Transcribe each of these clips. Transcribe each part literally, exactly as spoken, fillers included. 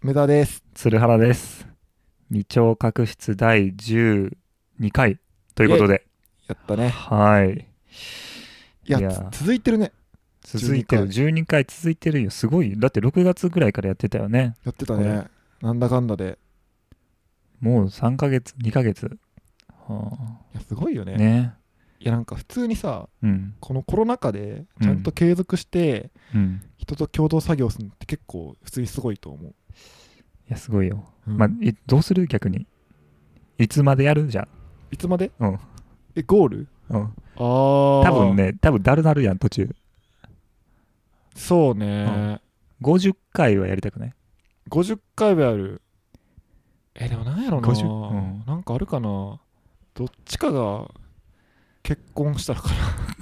梅田です。 鶴原です。二聴覚室だいじゅうにかいということで、 やったね。 はい。 いや、 いや続いてるね。 続いてる。じゅうにかい続いてるよ。すごい。だってろくがつぐらいからやってたよね。 やってたね。なんだかんだで。 もうさんかげつ、にかげつ。はあ、 いや、すごいよね。 ね。 いや、なんか普通にさ、 うん、 このコロナ禍でちゃんと継続して、 うん、 人と共同作業するのって結構普通にすごいと思う。いや、すごいよ。 うん、 まあ、どうする逆に。いつまでやるじゃん。 いつまでうん。 え、ゴールうん。 ああ。 多分ね、多分だるなるやん、途中。 そうね、うん。 ごじゅっかいはやりたくない？ ごじゅっかいはやる。え、でもなんやろな、 ごじゅう、うん、 なんかあるかな。どっちかが結婚したらかな。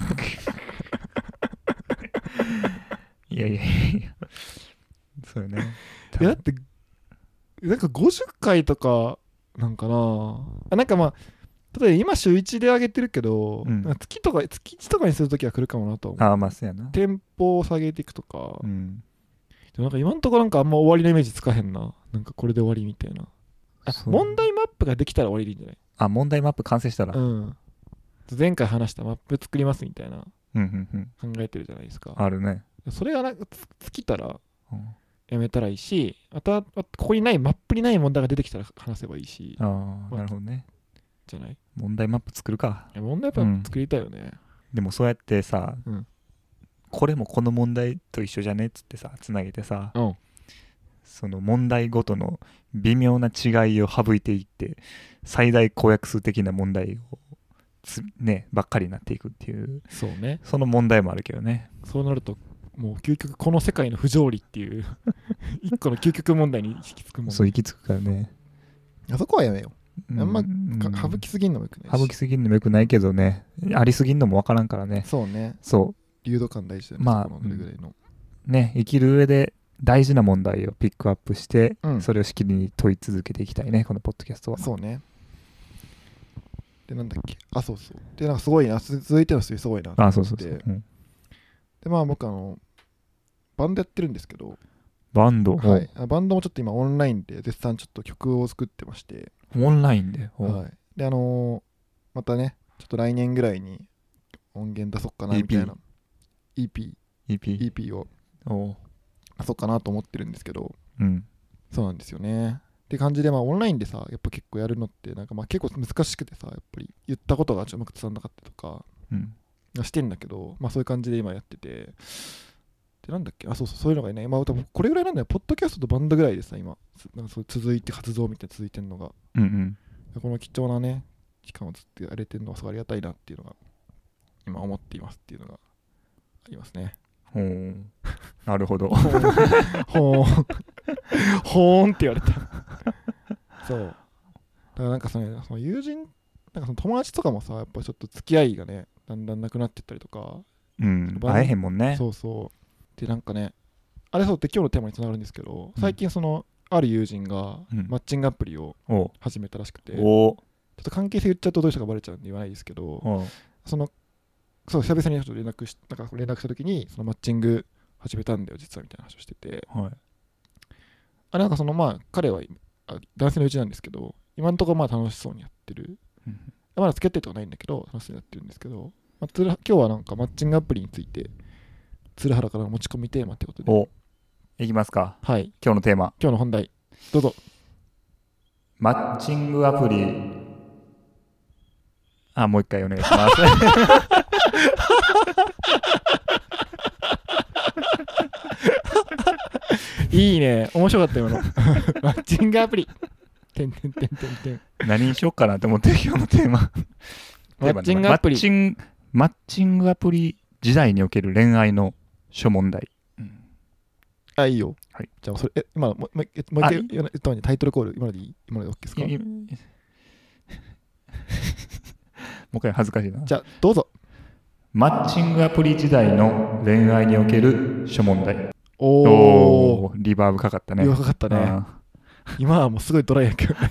いやいやいや。そうよね。 いやだってなんかごじゅっかいとかなんかなあ。なんかまあ例えば今週いちで上げてるけど、うん、月とか月いちとかにするときは来るかもなと思う。 ああ、まあそうやな。 テンポを下げていくとか、 うん、 でもなんか今んところなんかあんま終わりのイメージつかへんな。なんかこれで終わりみたいな。あ、問題マップができたら終わりでいいんじゃない？ あ、問題マップ完成したら、 うん、前回話したマップ作りますみたいな、 うんうんうん、 考えてるじゃないですか。 あるね。 それがなんか尽きたらやめたらいいし、またここにないマップにない問題が出てきたら話せばいいし。 ああ、なるほどね。 じゃない？ 問題マップ作るか。 いや、問題マップ作りたいよね、うん、 でもそうやってさ、うん、これもこの問題と一緒じゃねっつってさつなげてさ、うん、その問題ごとの微妙な違いを省いていって最大公約数的な問題をつ、ね、ばっかりになっていくっていう、 そうね、 その問題もあるけどね。 そうなるともう究極この世界の不条理っていう一個の究極問題に行き着くもんね。 そう行き着くからね。 あそこはやめよう、うん、あんま省きすぎんのもよくないし。 省きすぎんのもよくないけどね、ありすぎんのもわからんからね。 そうね、 そう流動感大事だよね。 まあそこのどれぐらいの、 うん、ね、生きる上で大事な問題をピックアップして、 うん、 それをしきりに問い続けていきたいね、このポッドキャストは。 そうね。でなんだっけ、あ、そうそう、でなんかすごいな、続いての人すごいなって。 あ、そうそうそう、うん、 でまあ僕あのバンドやってるんですけど。 バンド、 はい、バンドもちょっと今オンラインで絶賛ちょっと曲を作ってまして。 オンラインで、 はい、であのー、またねちょっと来年ぐらいに音源出そっかなみたいな イーピー, イーピー, イーピーを出そうかなと思ってるんですけど、うん、そうなんですよねって感じで、まあオンラインでさやっぱ結構やるのってなんかまあ結構難しくてさ、やっぱり言ったことがうまく伝わんなかったりとか、うん、してんだけど、まあそういう感じで今やってて、でなんだっけ、あ、そうそう、そういうのがね、まあ多分これぐらいなんだよ、ポッドキャストとバンドぐらいでさ今なんかそう続いて活動みたいな続いてんのが、うんうん、この貴重なね期間をずっとやれてるのはすごいありがたいなっていうのが今思っていますっていうのがありますね。 ほーん、なるほど。 ほーんほーんって言われたそうだからなんかその、その友人なんかその友達とかもさやっぱちょっと付き合いがねだんだんなくなってったりとか、 うん、会えへんもんね。 そうそうでなんかねあれそうって今日のテーマにつながるんですけど、最近そのある友人がマッチングアプリを始めたらしくて、うん、ちょっと関係性言っちゃうとどういう人がバレちゃうんで言わないですけど、そのそう久々にちょっと連絡しなんか連絡した時にそのマッチング始めたんだよ実はみたいな話をしてて、はい、あれなんかそのまあ彼は男性のうちなんですけど今のところまあ楽しそうにやってる、うん、まだ付き合ってるとかないんだけど楽しそうにやってるんですけど、まあ、今日はなんかマッチングアプリについて鶴原からの持ち込みテーマってことでおいきますか。 はい、 今日のテーマ、 今日の本題どうぞ。 マッチングアプリ、あ、もう一回お願いしますいいね、面白かった今のマッチングアプリてんてんてんてんてん何にしようかなと思って今日のテーママッチングアプリ、 マッチング、マッチングアプリ時代における恋愛の諸問題、うん、あ、 いいよ、はい、じゃあそれえ今のもう一回言ったのにタイトルコール今のでいい？今ので OK ですか？ もう一回恥ずかしいな。 じゃあどうぞ。 マッチングアプリ時代の恋愛における諸問題。 おおー、リバーブかかったね。 リバーブかかったね。今はもうすごいドライやけど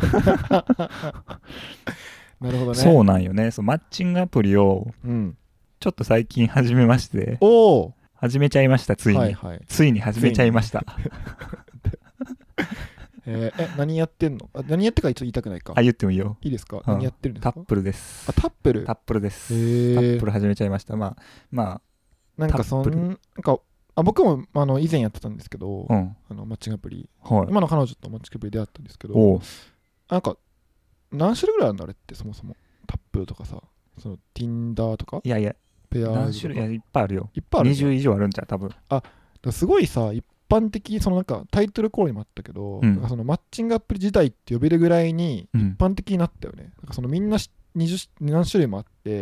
なるほどね。 そうなんよね。そうマッチングアプリをちょっと最近始めまして、 おー始めちゃいました。ついに、 はいはい、 ついに始めちゃいましたえー、え何やってんの？あ、何やってか一応言いたくないか。 あ、言ってもいいよ。 いいですか？ うん、 何やってるんですか？ タップルです。 あ、タップル。 タップルです。 へー、 タップル始めちゃいました。まあまあなんかそんなんかあ僕もあの以前やってたんですけど、 うん、 あのマッチングアプリ、 はい、 今の彼女とマッチングアプリで出会ったんですけど、なんか何種類ぐらいあるんだあれってそもそも。タップルとかさ、その Tinder とか。 いやいや、 ペア何種類？いやいっぱいあるよ。 いっぱいある。 にじゅう以上あるんじゃ多分。 あ、だすごいさ、一般的にそのなんかタイトルコールにもあったけど、うん、そのマッチングアプリ自体って呼べるぐらいに一般的になったよね。うん、なんかそのみんなにじゅう何種類もあって、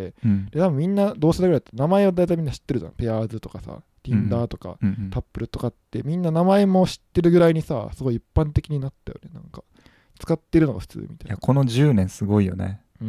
うん、で多分みんな同世代ぐらいって名前は大体みんな知ってるじゃん。ペアーズとかさ、Tinder とか、うんうん、タップルとかってみんな名前も知ってるぐらいにさ、すごい一般的になったよね。なんか使ってるのが普通みたいな。いやこのじゅうねんすごいよね。 うん。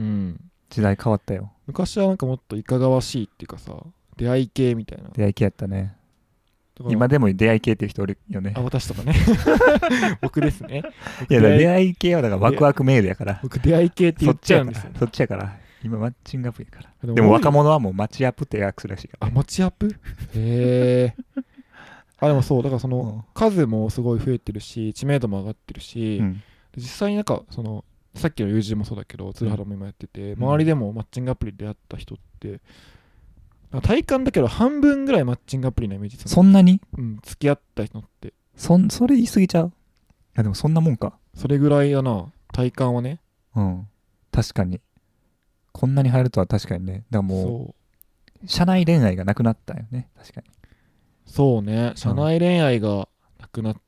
時代変わったよ。 昔はなんかもっといかがわしいっていうかさ、出会い系みたいな。 出会い系やったね。今でも出会い系っていう人おるよね。 あ、私とかね。僕ですね。 いや出会い系はだからワクワクメールやから。 僕出会い系って言っちゃうんですよ、 ね、そっちやから。今マッチングアプリやから。でも若者はもうマッチアップって訳するらしいから、 ね。あ、マッチアップ？へえ。あ、でもそう、だからその数もすごい増えてるし、知名度も上がってるし、うん、実際になんかその、さっきの友人もそうだけど、鶴原も今やってて、うん、周りでもマッチングアプリで出会った人って、体感だけど半分ぐらいマッチングアプリのイメージ。 そんなに？ うん、付き合った人って。 そ, それ言い過ぎちゃう？いやでもそんなもんか。 それぐらいだな、体感はね。 うん、確かに。こんなに入るとは確かにね。だからもう、社内恋愛がなくなったよね、確かに。 そうね、社内恋愛がなくなって、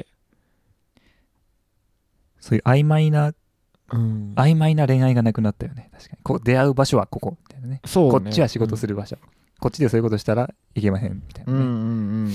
うん、そういう曖昧な、 うん、 曖昧な恋愛がなくなったよね、確かに。こう出会う場所はここみたいなね。 そうね、 こっちは仕事する場所、うん、こっちでそういうことしたらいけまへんみたいなね。 うんうんうんうん、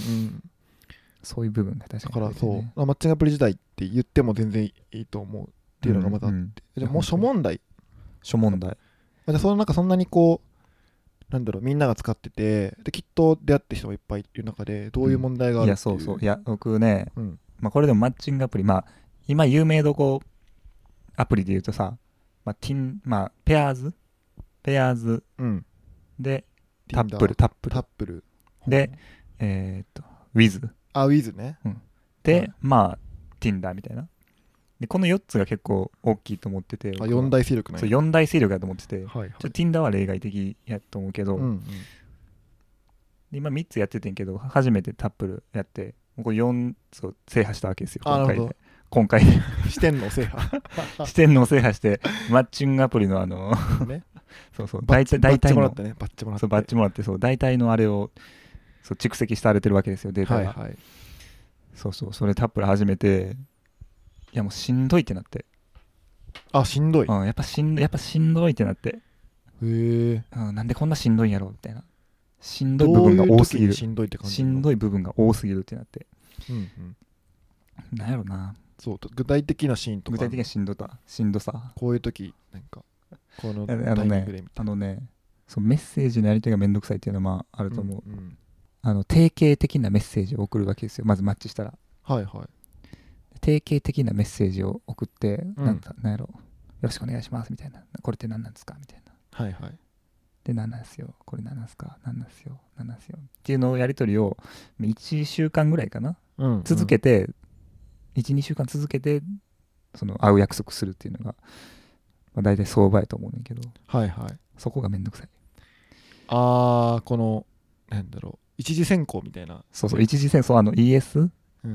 そういう部分が確かに、ね。 だからそう、マッチングアプリ時代って言っても全然いいと思うっていうのがまたあって、うんうん、でもう諸問題。 諸問題。 でその中そんなにこうなんだろうみんなが使っててできっと出会ってる人がいっぱいいる中でどういう問題があるっていう、 うん、いやそうそういや僕ね、 うん、 まあこれでもマッチングアプリまあ今有名どこアプリで言うとさ、まあティンまあペアーズペアーズ、うん、でタップルタップルタップルでえー、っとウィズあウィズね、 うん、で、はい、まあ Tinder みたいなでこのよっつが結構大きいと思っててあよん大勢力ねそうよん大勢力だと思ってて、 はいはい、 ちょ Tinder は例外的やと思うけど、うんうん、で今みっつやっててんけど初めてタップルやってこれよっつを制覇したわけですよ今回で今回で四天王制覇四天王制覇してマッチングアプリのあのねそうそう大体バッチもらってねバッチもらってそうバッチもらってそう大体のあれをそう蓄積されてるわけですよデータが、 はいはい、 そうそうそれタップル始めていやもうしんどいってなってあしんどい、 うん、やっぱしんどいやっぱしんどいってなってへえ、 うん、なんでこんなしんどいんやろみたいなしんどい部分が多すぎるしんどいって感じしんどい部分が多すぎるってなって、 うんうん、 なんやろなそう具体的なシーンとか具体的なしんどさしんどさこういう時なんかこのタイミングでみたいなあのねそうメッセージのやり取りがめんどくさいっていうのはまああると思う、うんうん、あの定型的なメッセージを送るわけですよまずマッチしたらはいはい定型的なメッセージを送って、うん、なんかなんやろよろしくお願いしますみたいなこれって何なんですかみたいなはいはいで何なんですよこれ何なんですか何なんですよ何なんですよっていうのをやり取りをいっしゅうかんぐらいかな、うんうん、続けて いちにしゅうかん続けてその会う約束するっていうのが、まあ、大体相場やと思うねんけどはいはいそこがめんどくさいあーこのなんだろう一次選考みたいなそうそう一次選考あの イーエス、うん、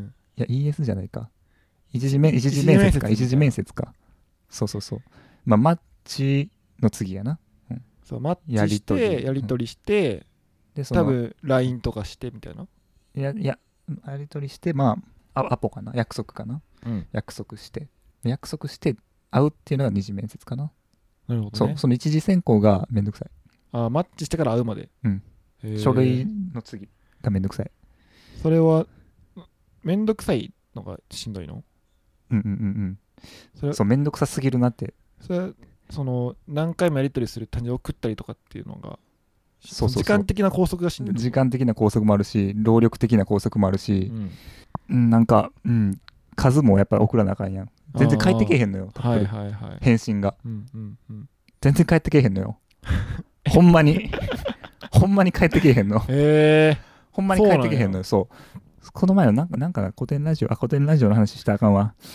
いや イーエス じゃないか一次面一次面接か一次面接かそうそうそうまあマッチの次やな、 うん、そうマッチしてやり取りして、うん、でその多分 ライン とかしてみたいないやいややり取りしてまあアポかな約束かな、うん、約束して約束して会うっていうのが二次面接かななるほど、ね、 そうその一次選考がめんどくさいあマッチしてから会うまでうん書類の次がめんどくさいそれはめんどくさいのがしんどいのうんうんうんうんそれそうめんどくさすぎるなってそれその何回もやり取りする単純を送ったりとかっていうのがそうそうそう時間的な拘束がしんどい時間的な拘束もあるし労力的な拘束もあるし、うん、なんか、うん、数もやっぱり送らなあかんやん全然返ってけえへんのよ、 はいはいはい、 返信が、 うんうんうん、 全然返ってけえへんのよほんまにほんまに返ってけえへんのへーほんまに返ってけえへんのよそうこの前のなんかなんか古典ラジオあ古典ラジオの話したらあかんわ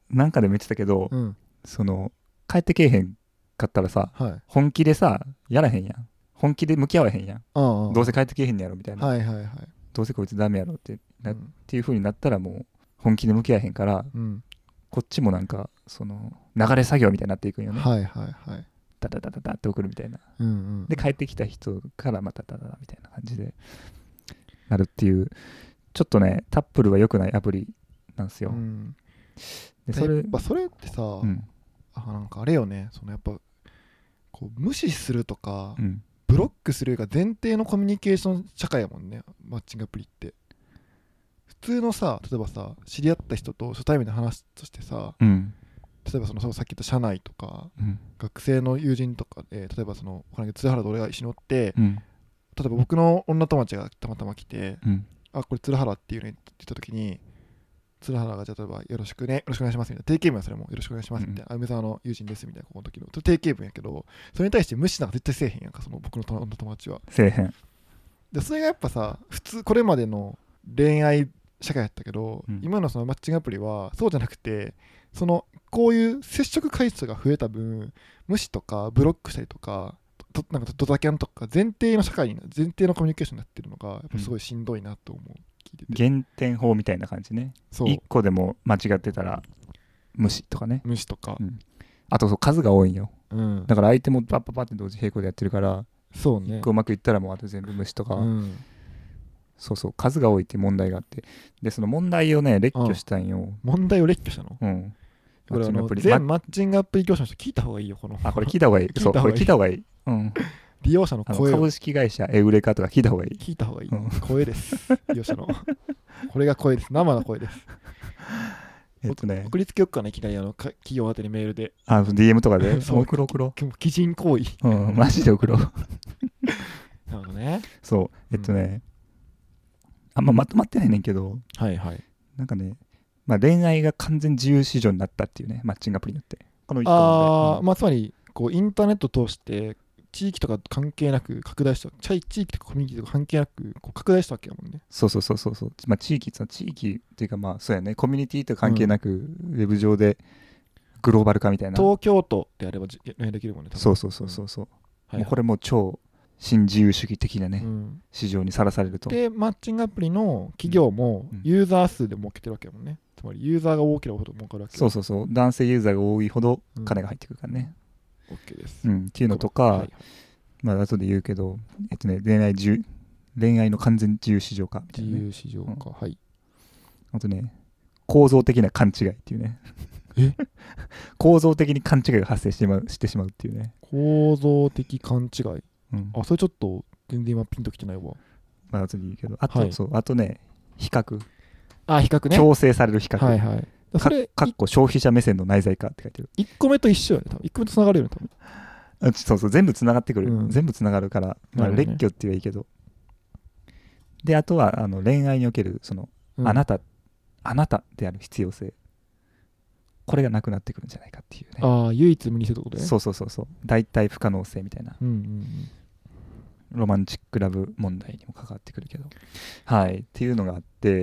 なんかでも言ってたけど、うん、その帰ってけえへんかったらさ、はい、本気でさやらへんやん、本気で向き合わへんやん、ああどうせ帰ってけえへんやろみたいな、はいはいはい、どうせこいつダメやろってな、うん、っていう風になったらもう本気で向き合えへんから、うん、こっちもなんかその流れ作業みたいになっていくんよね。はいはいはい。ダダダダダって送るみたいな、うんうん、で帰ってきた人からまたダダダみたいな感じでなるっていう、ちょっとねタップルは良くないアプリなんですよ、うん、 でそれやっぱそれってさ、うん、あなんかあれよね、そのやっぱこう無視するとか、うん、ブロックするが前提のコミュニケーション社会やもんね、マッチングアプリって。普通のさ、例えばさ知り合った人と初対面で話すとしてさ、うん、例えばそのさっき言った社内とか、うん、学生の友人とかで、例えばその鶴原と俺が一緒におって、うん、例えば僕の女友達がたまたま来て、うん、あこれ鶴原っていうねって言った時に、鶴原がじゃあ例えばよろしくねよろしくお願いしますみたいな、定型文はそれもよろしくお願いしますみたいな、うん、梅沢の友人ですみたいな、この時の定型文やけど、それに対して無視なんか絶対せえへんやんか、その僕の女友達はせえへんで、それがやっぱさ普通これまでの恋愛社会やったけど、うん、今のそのマッチングアプリはそうじゃなくて、そのこういう接触回数が増えた分、無視とかブロックしたりとか、となんかドタキャンとか前提の社会に前提のコミュニケーションになってるのがやっぱすごいしんどいなと思う、うん、聞いてて減点法みたいな感じね。いっこでも間違ってたら無視とかね、 無視とか、うん、 あとそう数が多いんよ、うん、だから相手もパッパッパって同時並行でやってるから、 そうね、 いっこうまくいったらもうあと全部無視とか、うん、そうそう数が多いっていう問題があって、でその問題をね列挙したんよ。 問題を列挙したの？うん。これあの全マッチングアプリ業者の人聞いた方がいいよ、この。 あこれ聞いた方がいい。そうこれ聞いた方がいい。うん。 利用者の声を。 株式会社エウレカとか聞いた方がいい。 聞いた方がいい。うん、声です。利用者の。これが声です。生の声です。えっとね。送りつけよっかね、いきなりあの企業宛てにメールで。 あ、ディーエム とかで。送ろう送ろう。基人行為。 うん、マジで送ろう。なるほどね。 そう、えっとね。うんあんままとまってないねんけど、 はいはい、 なんかね、まあ、恋愛が完全自由市場になったっていうね、マッチングアプリによって。この一あ、うん、まあ、つまりこうインターネットを通して地域とか関係なく拡大した、地域とかコミュニティとか関係なくこう拡大したわけやもんね。 そうそうそうそうそう、まあ、地域って地域っていうかまあそうやね、コミュニティと関係なく、うん、ウェブ上でグローバル化みたいな。 東京都であれば恋愛できるもんね。 そうそうそうそうそう、うんはいはい、もうこれも超新自由主義的なね、うん、市場にさらされると。 でマッチングアプリの企業もユーザー数で儲けてるわけやもんね、つまりユーザーが多ければほど儲かるわけ。 そうそうそう、男性ユーザーが多いほど金が入ってくるからね、 うん、OK です、 うん、っていうのとか、はいはい、まあ後で言うけど、えっとね、恋愛自恋愛の完全自由市場化みたいな、ね、 自由市場化、うん、はい。 あとね、構造的な勘違いっていうねえ構造的に勘違いが発生してしまう、してしまうっていうね。 構造的勘違い、うん、あそれちょっと全然今ピンときてないわ。 まあ後で言うけど、あと、はい、そうあとね、比較、 あ比較ね、 強制される比較、 はいはい、 それかっこ消費者目線の内在化って書いてる。 いっこめと一緒よね、多分いっこめとつながるよね、多分。 あそうそう、全部つながってくる、うん、全部つながるから、まあ、列挙って言えばいいけど、であとはあの恋愛におけるその、うん、あなたあなたである必要性、これがなくなってくるんじゃないかっていうね。 ああ、唯一無二性ってことね。 そうそうそうそう、大体不可能性みたいな、うんうんうん、ロマンチックラブ問題にも関わってくるけど、はいっていうのがあって、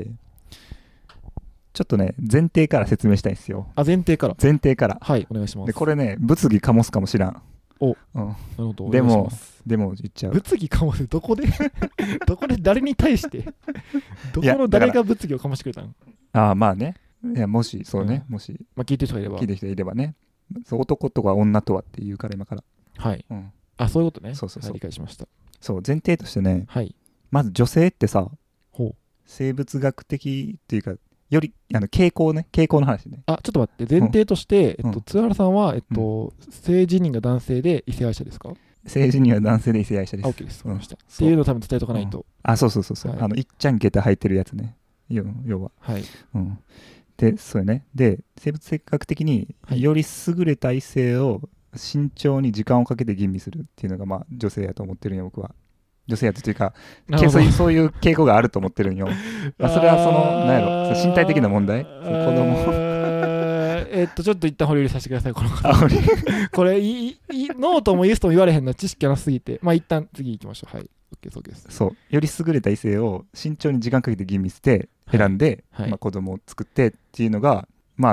ちょっとね前提から説明したいんですよ。 あ、前提から。 前提から。 はい、お願いします。 でこれね物議かもすかもしらん。 お、うん、なるほど。 でもでも言っちゃう。 物議かもす、どこでどこで誰に対してどこの誰が物議をかましてくれたの？ ああまあね。いやもしそうね、うん、もし、 まあ、聞いてる人がいれば聞いてる人がいればね、そう男とは女とはって言うから今から。 はい。うん、あ、そういうことね。 そうそうそう、はい、 理解しました。 そう前提としてね、 はい、 まず女性ってさ、 ほう生物学的っていうかよりあの傾向ね、傾向の話ね。 あ、ちょっと待って、前提として、うん、えっと津原さんはえっと、うん、性自認が男性で異性愛者ですか？ 性自認は男性で異性愛者です。 あ、OK です。わかりました。うん、っていうのを多分伝えとかないと。うん、 あ、そうそうそうそう、はい、あのいっちゃん下駄履いてるやつね。要は。 はい。 うん。で、そうね。で、生物学的により優れた異性を慎重に時間をかけて吟味するっていうのが、まあ、女性やと思ってるんよ、僕は。女性やというか、そういう、そういう傾向があると思ってるんよ。まあ、それはその、なんやろ、身体的な問題、子供えっと、ちょっと一旦保留させてください、この方。これいい、ノーともイエスとも言われへんな、知識がなすぎて。まあ、一旦次行きましょう。はい。OK、そうです。 そう。より優れた異性を慎重に時間かけて吟味して、選んで、はいはい、まあ、子供を作ってっていうのが、まあ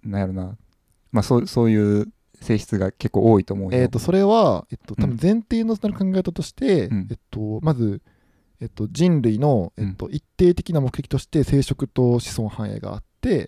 なんやろな、まあそうそういう性質が結構多いと思うよ。 えっとそれは、えっと、多分前提の考え方として、うん、えっと、まず、えっと、人類の、えっと、一定的な目的として生殖と子孫繁栄があって、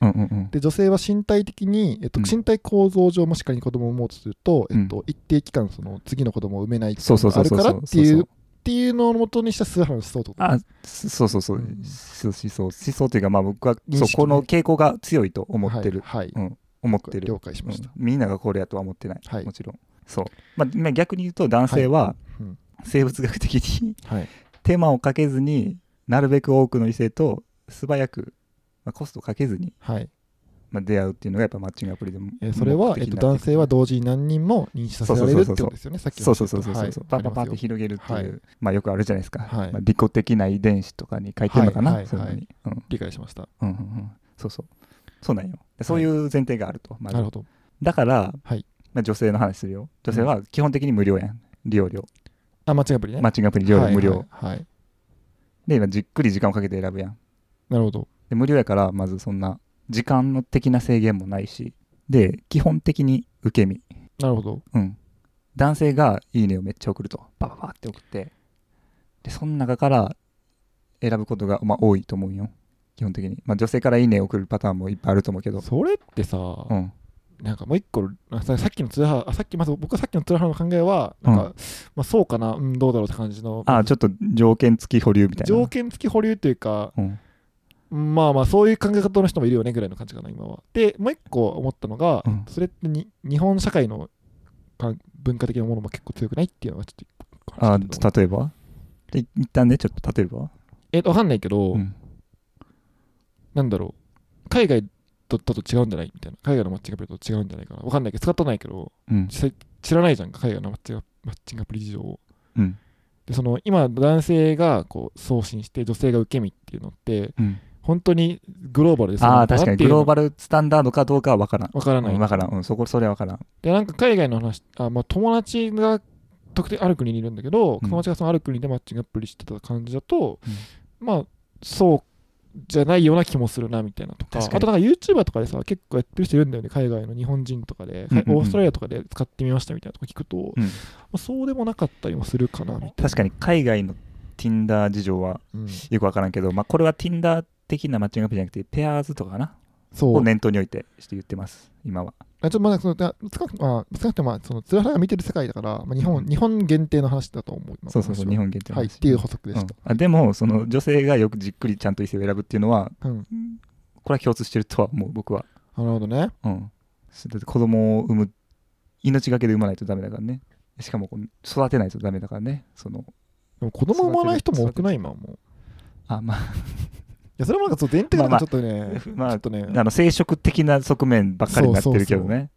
うんうんうん、で女性は身体的に、えっと、身体構造上もし仮に子供を産もうとすると、うん、えっと、一定期間その次の子供を産めないっていうのがあるからっていうっていうのを元にした崇拝の思想とか、 あ、そうそうそう、うん、思想思想というか、まあ僕はそうこの傾向が強いと思ってる、 はい、はい、 うん、思ってる。 了解しました、 うん、みんながこれやとは思ってない、はい、もちろん。そう、まあ、逆に言うと男性は生物学的に、はい、手間をかけずになるべく多くの異性と素早く、まあ、コストをかけずに、はい、まあ、出会うっていうのがやっぱマッチングアプリでも、 えー、それは、えっと、男性は同時に何人も認知させられるってことですよね。さっきのそうそうそうそうそう、パパパって広げるっていう、はい、まあよくあるじゃないですか、はい、まあ、利己的な遺伝子とかに書いてるのかな、はいはいはい、に、 うん、理解しました、 うんうんうん、そうそうそうなんよ。そういう前提があると、まずなるほど。だから、はい、まあ、女性の話するよ。女性は基本的に無料やん、利用料。 あ、マッチングアプリね。 マッチングアプリ利用料無料、はいはいはい、 で今じっくり時間をかけて選ぶやん。 なるほど。 で無料やからまずそんな時間の的な制限もないし、で基本的に受け身。 なるほど。 うん。男性がいいねをめっちゃ送ると、バババって送って、でその中から選ぶことが、まあ、多いと思うよ。基本的に。まあ女性からいいねを送るパターンもいっぱいあると思うけど。 それってさ、うん、なんかもう一個さっきのツーハーさっきまず僕はさっきのツーハーの考えはなんか、うん、まあそうかな、うん、どうだろうって感じの。 ああ、ちょっと条件付き保留みたいな。 条件付き保留というか。うん、まあまあそういう考え方の人もいるよねぐらいの感じかな今は。でもう一個思ったのが、うん、それってに日本社会の文化的なものも結構強くないっていうのがちょっと。ああ、例えばで一旦ねちょっと例えばえっとわかんないけど、うん、なんだろう、海外とだと違うんじゃないみたいな、海外のマッチングアプリと違うんじゃないかな、わかんないけど使ってないけど、うん、実際知らないじゃんか海外のマッチングアプリ事情を、うん、でその今男性がこう送信して女性が受け身っていうのって、うん、本当にグローバルでそうなんだなっていう。ああ、確かにグローバルスタンダードかどうかは分からん。 分からない。 うん、分からん。うん、そこ、それは分からん。 で、なんか海外の話、あ、まあ、友達が特定ある国にいるんだけど、うん、友達がそのある国でマッチングアプリしてた感じだと、うん、まあ、そうじゃないような気もするなみたいなとか、あとなんか YouTuber とかでさ、結構やってる人いるんだよね、海外の日本人とかで、うんうんうん、オーストラリアとかで使ってみましたみたいなとか聞くと、うん、まあ、そうでもなかったりもするかなみたいな。 確かに海外の Tinder 事情はよく分からんけど、うん、まあ、これは Tinder的なマッチングアプリじゃなくてペアーズとかかな、そうを念頭に置いてして言ってます今は。 あ、ちょっとまだその少なくまあ少なくてまあそのツラハが見てる世界だから、まあ、日本、うん、日本限定の話だと思います。 そうそうそう、日本限定の話、 はい、っていう補足でした。 うん、あでもその女性がよくじっくりちゃんと異性を選ぶっていうのは、うん、これは共通してるとは思う僕は。 なるほどね。 うん。だって子供を産む命がけで産まないとダメだからね。しかも育てないとダメだからね。そのでも子供産まない人も多くない今もう。 あ、まあ。 いやそれもなんかそう前提がちょっとね、 まあ、まあ、ちょっとね、あの生殖的な側面ばっかりになってるけどね。そうそうそう、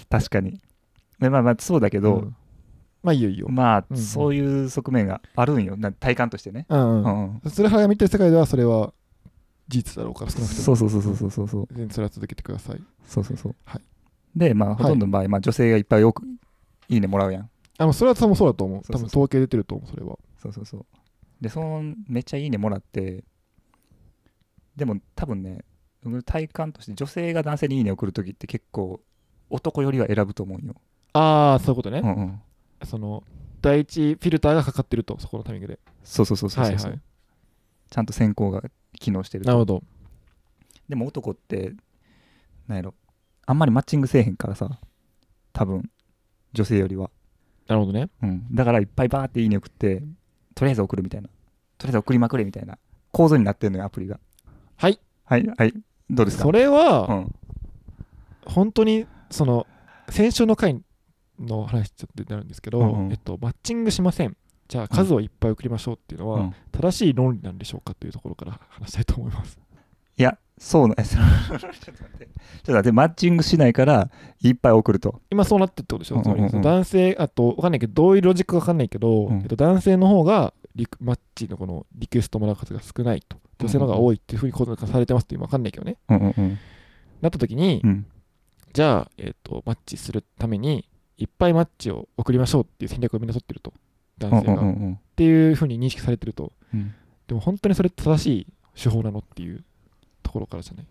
確かに。まあまあそうだけど、うん、 まあいいよいいよ。 まあ、うんうん、そういう側面があるんよ。体感としてね。 うんうん。うん、それが見てる世界ではそれは事実だろうから少なくとも。 そうそうそうそうそうそう。 全然それは続けてください。 そうそうそう。はい。でまあほとんどの場合、はい、まあ女性がいっぱい多くいいねもらうやん。 あのそれは多分そうだと思う。多分統計出てると思うそれは。 そうそうそう。でそのめっちゃいいねもらって。でも多分ね、体感として女性が男性にいいね送るときって結構男よりは選ぶと思うよ。 ああ、そういうことね。 うんうん、 その第一フィルターがかかってると、そこのタイミングで。 そうそうそうそうそう、はいはい、ちゃんと選考が機能してると。 なるほど。 でも男ってなんやろ、あんまりマッチングせえへんからさ、多分女性よりは。 なるほどね。 うん。だからいっぱいバーっていいね送って、とりあえず送るみたいな。とりあえず送りまくれみたいな構造になってるのよアプリが。 はいはいはい、どうですか。 それは、うん、本当にその先週の回の話ちょっとなるんですけど、うんうん、えっと、マッチングしません、じゃあ数をいっぱい送りましょうっていうのは、うん、正しい論理なんでしょうかというところから話したいと思います。 いや、そうなんです。ちょっと待ってちょっと待って、マッチングしないからいっぱい送ると今そうなってるってことでしょ、うんうんうん、男性、あと分かんないけどどういうロジックか分かんないけど、うん、えっと、男性の方がリクマッチのこのリクエストもらう数が少ないと、女性の方が多いっていうふうに構造化されてますって今分かんないけどね、うんうんうん、なった時に、うん、じゃあ、えーと、マッチするためにいっぱいマッチを送りましょうっていう戦略をみんな取ってると、男性が、うんうんうん、っていうふうに認識されてると、うん、でも本当にそれって正しい手法なのっていうところからじゃない。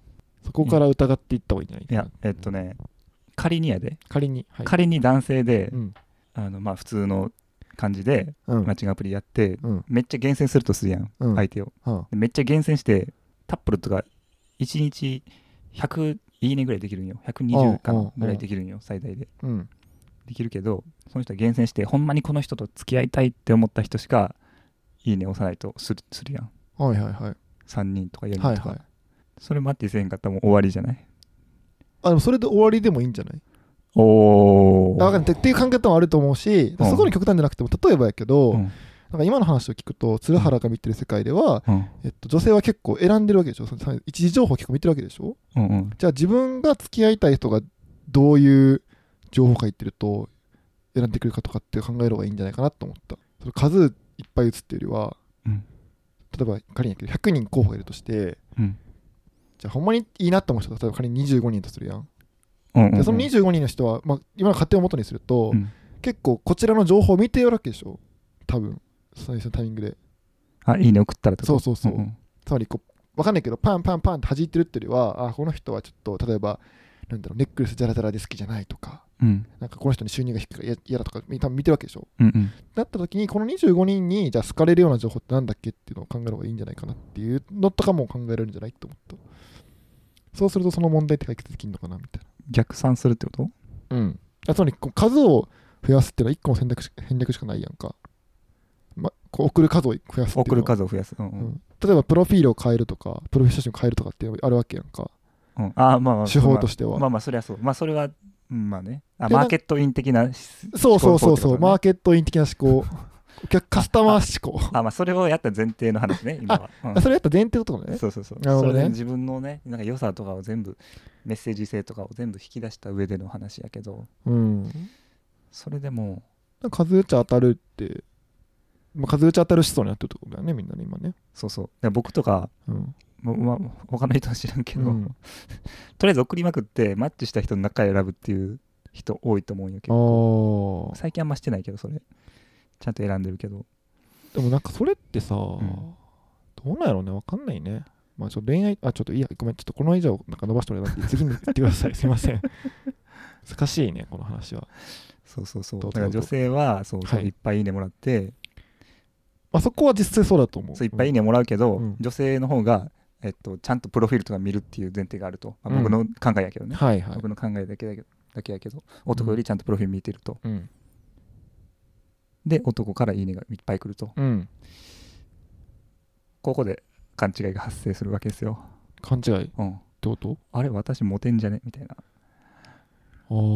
そこから疑っていった方がいいんじゃないいやえっとね仮にやで仮に、 はい、仮に男性で、うん、あのまあ普通の感じで、うん、マッチングアプリやって、うん、めっちゃ厳選するとするやん、うん、相手を、うん、めっちゃ厳選してタップルとかいちにちひゃくいいねぐらいできるんよひゃくにじゅうかなぐらいできるんよ最大で、うん、できるけどその人は厳選してほんまにこの人と付き合いたいって思った人しかいいね押さないとする、するやん、 はいはいはい、 さんにんとかよにんとか、はいはい、それ待ってせんかったらもう終わりじゃない？ あでもそれで終わりでもいいんじゃない？ おーってっていう考え方もあると思うし、そこに極端じゃなくても例えばやけど、うん、なんか今の話を聞くと鶴原が見てる世界では、うんえっと、女性は結構選んでるわけでしょ、その一時情報結構見てるわけでしょ、うんうん、じゃあ自分が付き合いたい人がどういう情報が入ってると選んでくるかとかって考える方がいいんじゃないかなと思った。その数いっぱい打つっていうよりは、うん、例えば仮にやけどひゃくにん候補がいるとして、うん、じゃあほんまにいいなと思う人が例えば仮ににじゅうごにんとするやん、うんうんうん、でそのにじゅうごにんの人は、まあ、今の家庭を元にすると、うん、結構こちらの情報を見てるわけでしょ多分最初のタイミングで、 あいいね送ったらとそうそうそう、うんうん、つまりこう分かんないけどパンパンパンって弾いてるっていうよりはあこの人はちょっと例えばなんだろうネックレスジャラジャラで好きじゃないとか、うん、なんかこの人に収入が低いから嫌だとか多分見てるわけでしょ、うんうん、だった時にこのにじゅうごにんにじゃあ好かれるような情報ってなんだっけっていうのを考える方がいいんじゃないかなっていうのとかも考えられるんじゃないと思った。そうするとその問題って解決できるのかなみたいな。 逆算するってこと？ うん。つまり数を増やすっていうのはいっこの戦略し戦略しかないやんか。ま、こう送る数を増やすっていうの送る数を増やす、うんうんうん、 例えばプロフィールを変えるとかプロフィール写真を変えるとかっていうのがあるわけやんか、 うん、あまあまあ手法としてはまあまあそれはそうまあそれは、うん、まあねあマーケットイン的な、 ね、そうそうそうそうマーケットイン的な思考カスタマー思考ああまあそれをやった前提の話ね今は、 うん、それやった前提のところね。 そうそうそう、なるほどね、それで自分のねなんか良さとかを全部メッセージ性とかを全部引き出した上での話やけど、うん、それでも数打ち当たるってまあ、数打ち当たる思想になってるってことだよねみんなね今ね。 そうそう僕とか、うんま、他の人は知らんけど、うん、とりあえず送りまくってマッチした人の中選ぶっていう人多いと思うんやけど最近あんましてないけどそれちゃんと選んでるけどでもなんかそれってさ、うん、どうなんやろうね分かんないね。まあちょっと恋愛あちょっといいやごめんちょっとこの以上なんか伸ばしてもらって次に言ってくださいすいません難しいねこの話は。 そうそうそうだから女性はそうそう、はい、いっぱいいいねもらってあそこは実際そうだと思う。 そういっぱいいいねもらうけど、うん、女性の方が、えっと、ちゃんとプロフィールとか見るっていう前提があると、まあ、僕の考えやけどね、うんはいはい、僕の考えだけだけど、だけやけど男よりちゃんとプロフィール見てると、うん、で男からいいねがいっぱい来ると、うん、ここで勘違いが発生するわけですよ。 勘違い、うん、ってこと？ あれ私モテんじゃねみたいな。ああ、うん、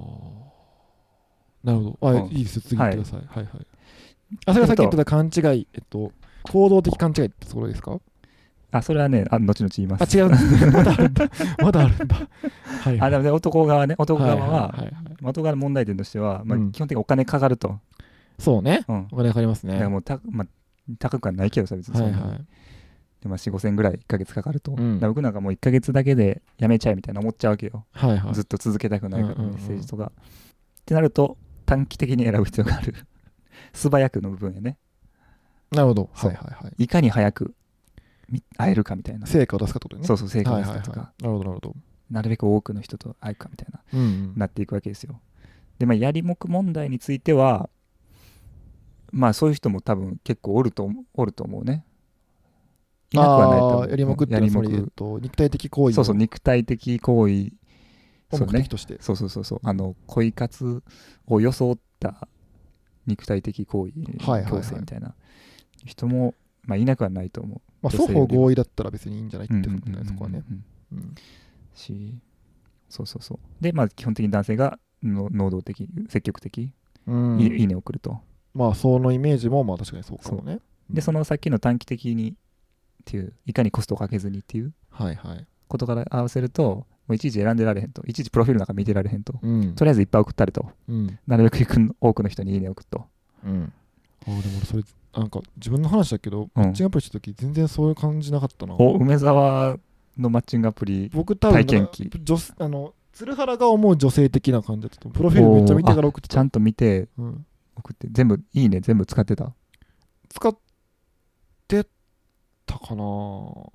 なるほど。あ、うん、いいです次行ってください。はい、はいはいあそれがさっき言ってた勘違い、えっと、行動的勘違いってところですか？ あそれはねあ後々言います。 あ違うまだあるんだまだあるんだはい、はい、あでもね男側ね男側は、はいはいはい、男側の問題点としては、まあ、基本的にお金かかると、うん、 そうね、うん、お金かかりますね。 だからもうた、まあ、高くはないけどさ別にそんなに、はいはい、でまあ、よん、ごせんぐらいいっかげつかかると、うん、だ僕なんかもういっかげつだけでやめちゃえみたいな思っちゃうわけよ、はいはい、ずっと続けたくないから、メッセージとか、うんうんうん、ってなると短期的に選ぶ必要がある素早くの部分やね。 なるほど、はいはいはい。 いかに早く会えるかみたいな。 成果を出すかってことね。 そうそう、成果を出すかとか、 はいはいはい。なるほどなるほど。 なるべく多くの人と会うかみたいな、うんうん、なっていくわけですよ。で、まあ、やりもく問題については、まあそういう人も多分結構おるとおると思うね。いなくはないと思う。 やりもくってのは、えっと、肉体的行為。 そうそう、肉体的行為。 目的として。 そうね、そうそうそう。あの、恋活を装った肉体的行為、強制みたいな人も、まあ、いなくはないと思う。 まあ、双方合意だったら別にいいんじゃないってことね、そこはね。 し、そうそうそう。で、まあ、基本的に男性がの能動的、積極的、うん、いいねを送ると。 まあ、そのイメージも、まあ、確かにそうかもね。 で、そのさっきの短期的にっていう、いかにコストをかけずにっていうことから合わせると、もういちいち選んでられへんと、いちいちプロフィールなんか見てられへんと、うん、とりあえずいっぱい送ったりと、うん、なるべく多くの人にいいねを送っと。うん、 あでも俺それなんか自分の話だけど、マッチングアプリした時全然そういう感じなかったな。 お梅沢のマッチングアプリ僕多分体験記あの鶴原が思う女性的な感じだった。プロフィールめっちゃ見てから送ってた。 ちゃんと見て、うん、送って全部いいね全部使ってた。 使ってたかな。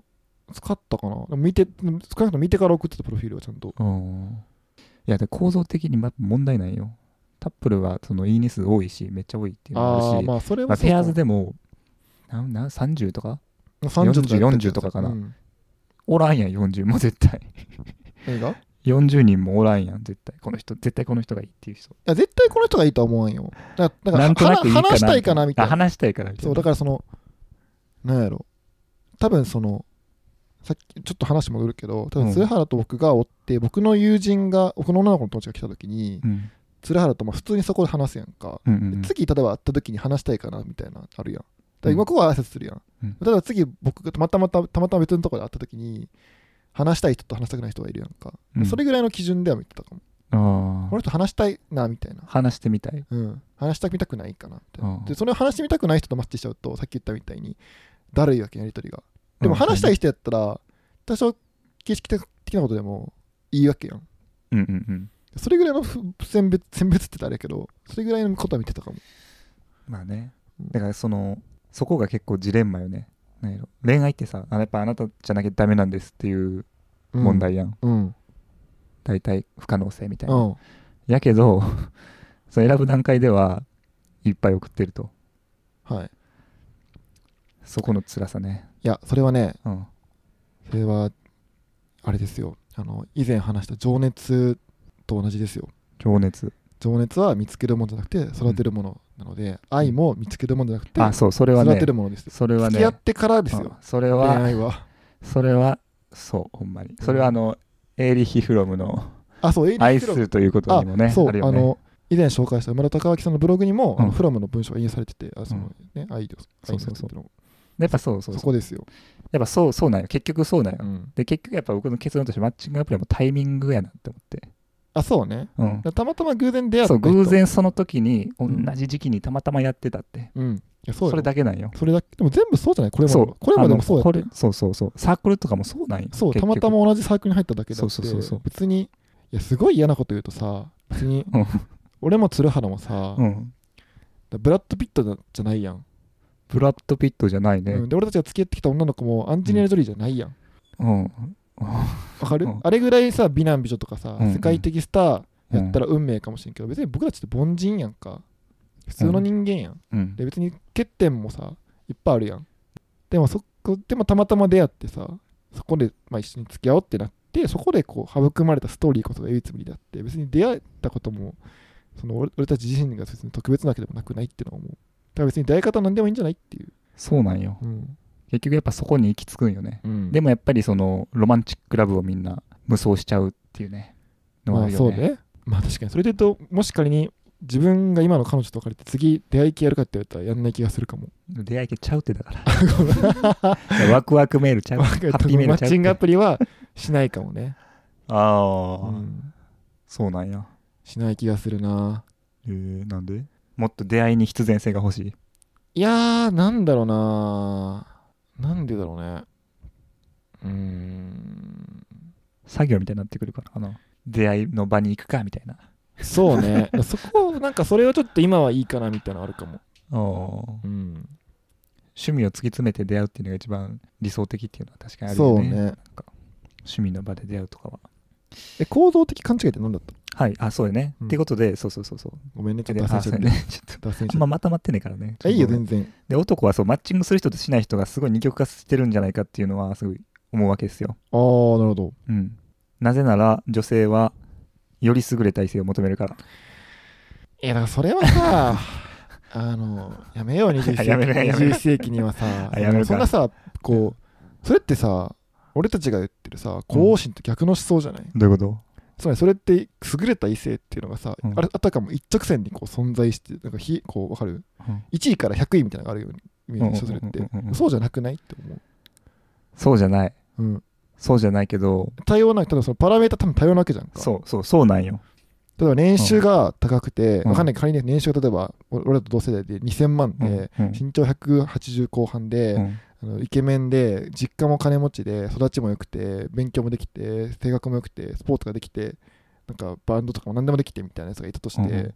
使ったかな。見て、少なくとも見てから送ってたプロフィールはちゃんと。 うん。いや、で構造的に問題ないよ。タップルはそのいいね数多いし、めっちゃ多いっていうのもあるし、 あまあそれはまあ、ペアーズでもななさんじゅうとかさんじゅうとかよんじゅうとかかな、うん、おらんやんよんじゅうも絶対何がよんじゅうにんもおらんやん絶対この人絶対この人がいいっていう人。いや絶対この人がいいとは思わんよ。だからなんとなくいいかな話したいかなみたいな。 あ話したいからみたいな。 そうだからそのなんやろ多分そのさっきちょっと話戻るけど多分鶴原と僕がおって、うん、僕の友人が僕の女の子の友達が来た時に、うん、鶴原とまあ普通にそこで話すやんか、うんうんうん、次例えば会った時に話したいかなみたいなあるやん。だから今ここは挨拶するやん、うん、ただ次僕がたまたまたたまたま別のところで会った時に話したい人と話したくない人がいるやんか、うん、それぐらいの基準では見てたかも。あこの人話したいなみたいな。 話してみたい、 うん、話したみたくないかなみたいな。でそれを話してみたくない人とマッチしちゃうとさっき言ったみたいにだるいわけやりとりが。でも話したい人やったら多少形式的なことでもいいわけやん。 うんうんうん。 それぐらいの選別選別って言ったらあれやけどそれぐらいのことは見てたかも。 まあね。だからそのそこが結構ジレンマよね。なんやろ恋愛ってさあやっぱあなたじゃなきゃダメなんですっていう問題やん。うん。うん、大体不可能性みたいな。うん、やけどその選ぶ段階ではいっぱい送ってると。 はい。 そこの辛さね。 いやそれはね、うん、それはあれですよ。あの以前話した情熱と同じですよ。 情熱情熱は見つけるものじゃなくて育てるものなので、うん、愛も見つけるものじゃなくて、 あ、そう、それはね、 育てるものですよ。 それはね、 付き合ってからですよ。 それは恋愛はそれはそうほんまにそれはあの、うん、エーリヒ・フロムのあそうエーリヒ愛すということにもねあそうあるよね。 あの以前紹介した山田孝明さんのブログにも、うん、あのフロムの文章が引用されてて、あそのね、うん、愛でそうそうそうやっぱそうそうそうそこですよ。 やっぱそうそうなんよ結局そうなんよ、うん、で結局やっぱ僕の結論としてマッチングアプリもタイミングやなって思って。 あそうね、うん、たまたま偶然出会ったそう偶然その時に同じ時期にたまたまやってたって、うん、いやそうそれだけなんよ。 それだけでも全部そうじゃないこれまでもこれまでもそうやった。これそうそうそうサークルとかもそうなんよ。 そうたまたま同じサークルに入っただけだって。そうそうそうそう別にいやすごい嫌なこと言うとさ別に俺も鶴原もさ、うん、ブラッド・ピットじゃないやん。 ブラッド・ピットじゃないね、 うん、で俺たちが付き合ってきた女の子もアンジェリーナ・ジョリーじゃないやん。うんわかる、うん、あれぐらいさ美男美女とかさ、うんうん、世界的スターやったら運命かもしれんけど、別に僕たちって凡人やんか。普通の人間やん、うん、で別に欠点もさいっぱいあるやん。でもそこでもたまたま出会ってさそこで、まあ、一緒に付き合おうってなってそこでこう育まれたストーリーこそが唯一無二であって別に出会ったこともその 俺, 俺たち自身が別に特別なわけでもなくないっていうのは思う。だから別に出会い方なんでもいいんじゃないっていう。 そうなんよ、うん、結局やっぱそこに行き着くんよね、うん、でもやっぱりそのロマンチックラブをみんな無双しちゃうっていうねのがあるよね。まあそうね。まあ確かにそれで言うともし仮に自分が今の彼女と別れて次出会い系やるかって言われたらやんない気がするかも。 出会い系ちゃうってだからワクワクメールちゃうハッピーメールちゃうって。マッチングアプリはしないかもね。 ああ、うん、そうなんや。 しない気がするな。 えー、なんで？もっと出会いに必然性が欲しい。 いやーなんだろうななんでだろうね。うーん作業みたいになってくるからかな。出会いの場に行くかみたいな。 そうねそこなんかそれはちょっと今はいいかなみたいなのあるかも。あ、 うん、趣味を突き詰めて出会うっていうのが一番理想的っていうのは確かにあるよね。そうね。なんか趣味の場で出会うとかは。 え構造的勘違いって何だった？ はいあそうよね、うん、ってことでそうそうそうそうごめんねちょっと脱線しちゃってねちょっと脱線しちゃって。 あんままとまってねえからね。 いいよ全然。 で男はそうマッチングする人としない人がすごい二極化してるんじゃないかっていうのはすごい思うわけですよ。 ああなるほど。 うんなぜなら女性はより優れた異性を求めるから。 いやだからそれはさあのやめようにじゅういっ世紀にはさそんなさこうそれってさ俺たちが言ってるさ後王心と逆の思想じゃない、うん、 どういうこと？ つまりそれって優れた異性っていうのがさ、うん、あれあたかも一直線にこう存在してなんかひこう分かる、うん、いちいからひゃくいみたいなのがあるようにイメージするってそうじゃなくないって思う。 そうじゃない、うん、そうじゃないけど多様な、ただそのパラメータ多分多様なわけじゃんか。 そうそうそうなんよ。 例えば年収が高くて、うん、わかんない仮に年収が例えば俺らと同世代でにせんまんで、うんうん、身長ひゃくはちじゅう後半で、うん、あのイケメンで実家も金持ちで育ちも良くて勉強もできて性格も良くてスポーツができてなんかバンドとかも何でもできてみたいなやつがいたとして、うん、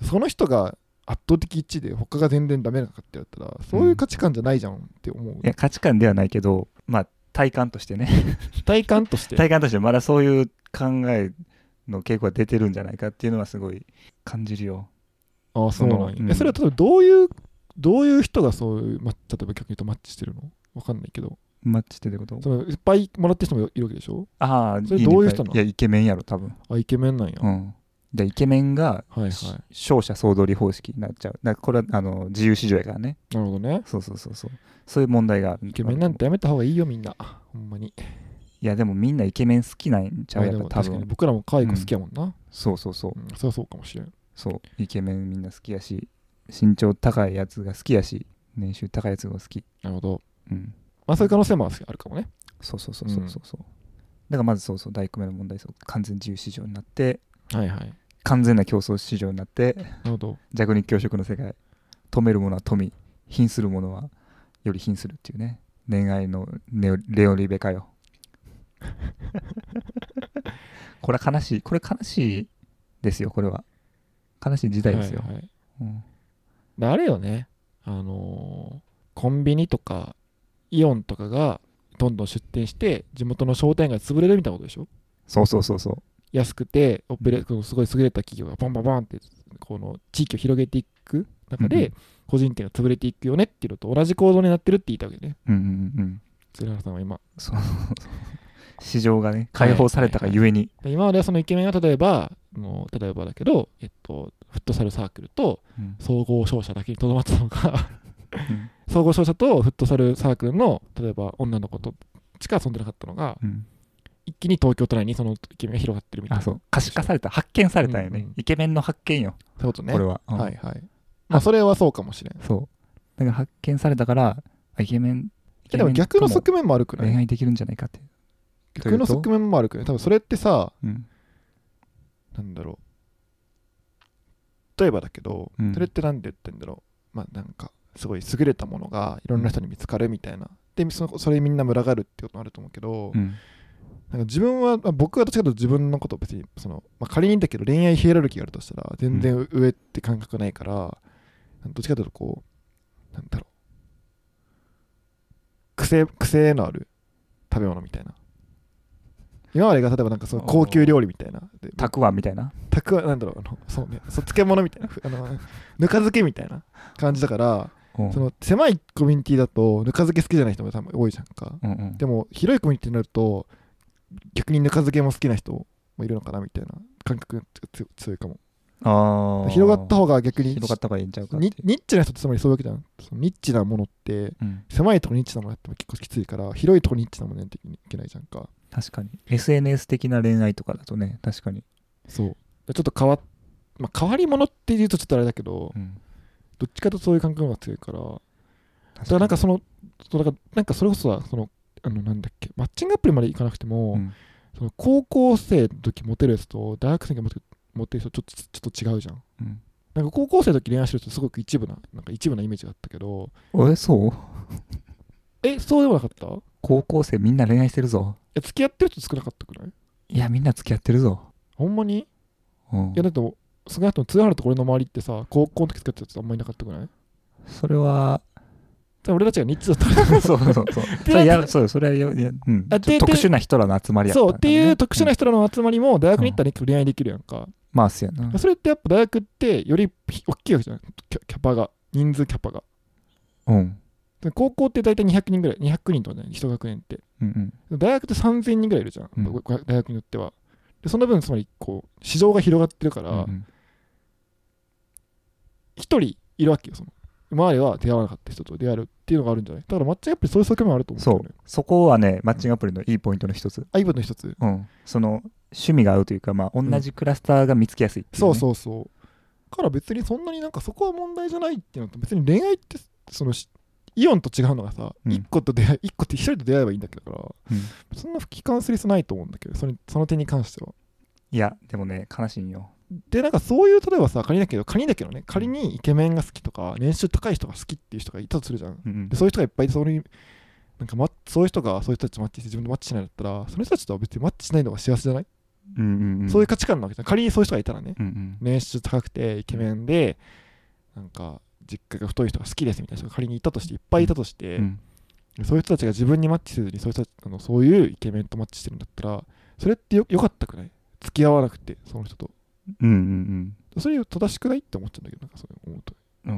その人が圧倒的一致で他が全然ダメなのかって言ったらそういう価値観じゃないじゃんって思う、うん、 いや価値観ではないけどまあ体感としてね体感として体感としてまだそういう考えの傾向が出てるんじゃないかっていうのはすごい感じるよ。 ああそうなんや、うん、えそれは例えばどういうどういう人がそういう、ま、例えば逆に言うとマッチしてるのわかんないけど。 マッチしてることそのいっぱいもらってる人もいるわけでしょ。 ああそれどういう人なの。 いやイケメンやろ多分。 あイケメンなんや。 うんでイケメンが、 はいはい、 勝者総取り方式になっちゃう。だからこれはあの自由市場やからね。 なるほどね。 そうそうそうそうそういう問題がある。 イケメンなんてやめた方がいいよみんなほんまに。 いやでもみんなイケメン好きなんちゃうやっぱ多分。 確かに僕らも可愛い子好きやもんな、うん、 そうそうそう、 うん、それはそうかもしれん。 そうイケメンみんな好きやし身長高いやつが好きやし年収高いやつが好き。 なるほど。 うんまあそういう可能性もあるかもね。 そうそうそうそうそうそう、うん、だからまずそうそうだいいっこめの問題そう完全自由市場になってはいはい完全な競争市場になってなるほど弱肉強食の世界止めるものは富み貧するものはより貧するっていうね恋愛のレオ、レオリベかよこれは悲しいこれ悲しいですよこれは悲しい時代ですよ、はいはいうん、 あれよねあのー、コンビニとかイオンとかがどんどん出店して地元の商店街潰れるみたいなことでしょ。 そうそうそうそう安くてオペレすごい優れた企業がバンバンバンってこの地域を広げていく中で個人店が潰れていくよねっていうのと同じ構造になってるって言ったわけね。 うんうんうん鶴原さんは今そう市場がね解放されたがゆえに、 はいはいはい、今まではそのイケメンが例えばもう例えばだけど、えっと、フットサルサークルと総合商社だけにとどまってたのが、うん、総合商社とフットサルサークルの例えば女の子としか遊んでなかったのが、うん一気に東京都内にそのイケメンが広がってるみたいな。 あそう可視化された発見されたよね、うんうん、イケメンの発見よそういうことねこれは、うん、 はいはいまあそれはそうかもしれん。 そうだから発見されたからイケメンイケメンでも逆の側面もあるくらい恋愛できるんじゃないかって逆の側面もあるくらい多分それってさ、うん、なんだろう例えばだけど、うん、それってなんで言ってんだろうまあなんかすごい優れたものがいろんな人に見つかるみたいな、うん、で そ, それみんな群がるってこともあると思うけど、うんなんか自分は、まあ、僕はどっちかというと自分のことを別にその、まあ、仮にだけど恋愛ヒエラルキーがあるとしたら全然上って感覚ないから、うん、どっちかというとこうなんだろう癖癖のある食べ物みたいな今までが例えばなんかその高級料理みたいなたくあんみたいなたくあんなんだろうあのそうねそう漬物みたいなあのぬか漬けみたいな感じだからその狭いコミュニティだとぬか漬け好きじゃない人も多分多いじゃんか、うんうん、でも広いコミュニティになると逆にぬか漬けも好きな人もいるのかなみたいな感覚が強いかも。あ広がった方が逆に広がった方がいいんちゃうかってニッチな人ってつまりそういうわけじゃん。そのニッチなものって、うん、狭いとこニッチなものやっても結構きついから広いとこニッチなものやっていけないじゃんか。 確かに エスエヌエス 的な恋愛とかだとね確かにそうちょっと変わ、まあ、変わり者って言うとちょっとあれだけど、うん、どっちかとそういう感覚が強いからだからなんかそのだからなんかそれこそはそのあのなんだっけマッチングアプリまで行かなくても、うん、その高校生の時モテるやつと大学生がモテるモテる人ちょっとちょっと違うじゃん、うん、なんか高校生の時恋愛してる人すごく一部ななんか一部なイメージがあったけどえそうえそうでもなかった高校生みんな恋愛してるぞいや付き合ってる人少なかったくらいいやみんな付き合ってるぞほんまに、うん、いやだって少なくとも津原と俺の周りってさ高校の時付き合ってるやつあんまりいなかったくらいそれは俺たちがニッチだったそうそうそうそれやそうそれはや、うん、特殊な人らの集まりやった、ね、 そうっていう特殊な人らの集まりも大学に行ったら恋愛できるやんか、うん、 まあそうやなそれってやっぱ大学ってより大きいわけじゃないキャパが人数キャパがうん高校って大体にひゃくにんぐらいにひゃくにんとかじゃない一学年って、うんうん、大学ってさんぜんにんぐらいいるじゃん、うん、大学によってはでその分つまりこう市場が広がってるから、うんうん、ひとりいるわけよその今までは出会わなかった人と出会えるっていうのがあるんじゃないだからマッチングアプリそういう側面もあると思うんだよね。 そうそこはねマッチングアプリのいいポイントの一つあいいポイントの一つうんその趣味が合うというかまあ同じクラスターが見つけやすいっていう、 ねうん、そうそうそうから別にそんなになんかそこは問題じゃないっていうのと別に恋愛ってそのイオンと違うのがさ、うん、いっこと出会いいっこって一人と出会えばいいんだけどから、うん、そんな吹き感する必要ないと思うんだけどそれその点に関してはいやでもね悲しいんよでなんかそういう例えばさ仮だけど仮だけどね仮にイケメンが好きとか年収高い人が好きっていう人がいたとするじゃん、うん、でそういう人がいっぱいいてそれなんか、ま、そういう人がそういう人たちとマッチして自分とマッチしないんだったらその人たちとは別にマッチしないのが幸せじゃない、うんうんうん、そういう価値観なわけじゃん仮にそういう人がいたらね、うんうん、年収高くてイケメンでなんか実家が太い人が好きですみたいな人が仮にいたとしていっぱいいたとして、うん、 そういう人たちが自分にマッチせずにそういう人たちあのそういうイケメンとマッチしてるんだったらそれってよ、よかったくない？付き合わなくてその人と。 うんうんうん。 それ正しくないって思っちゃうんだけど、なんかそう思うと。 うん。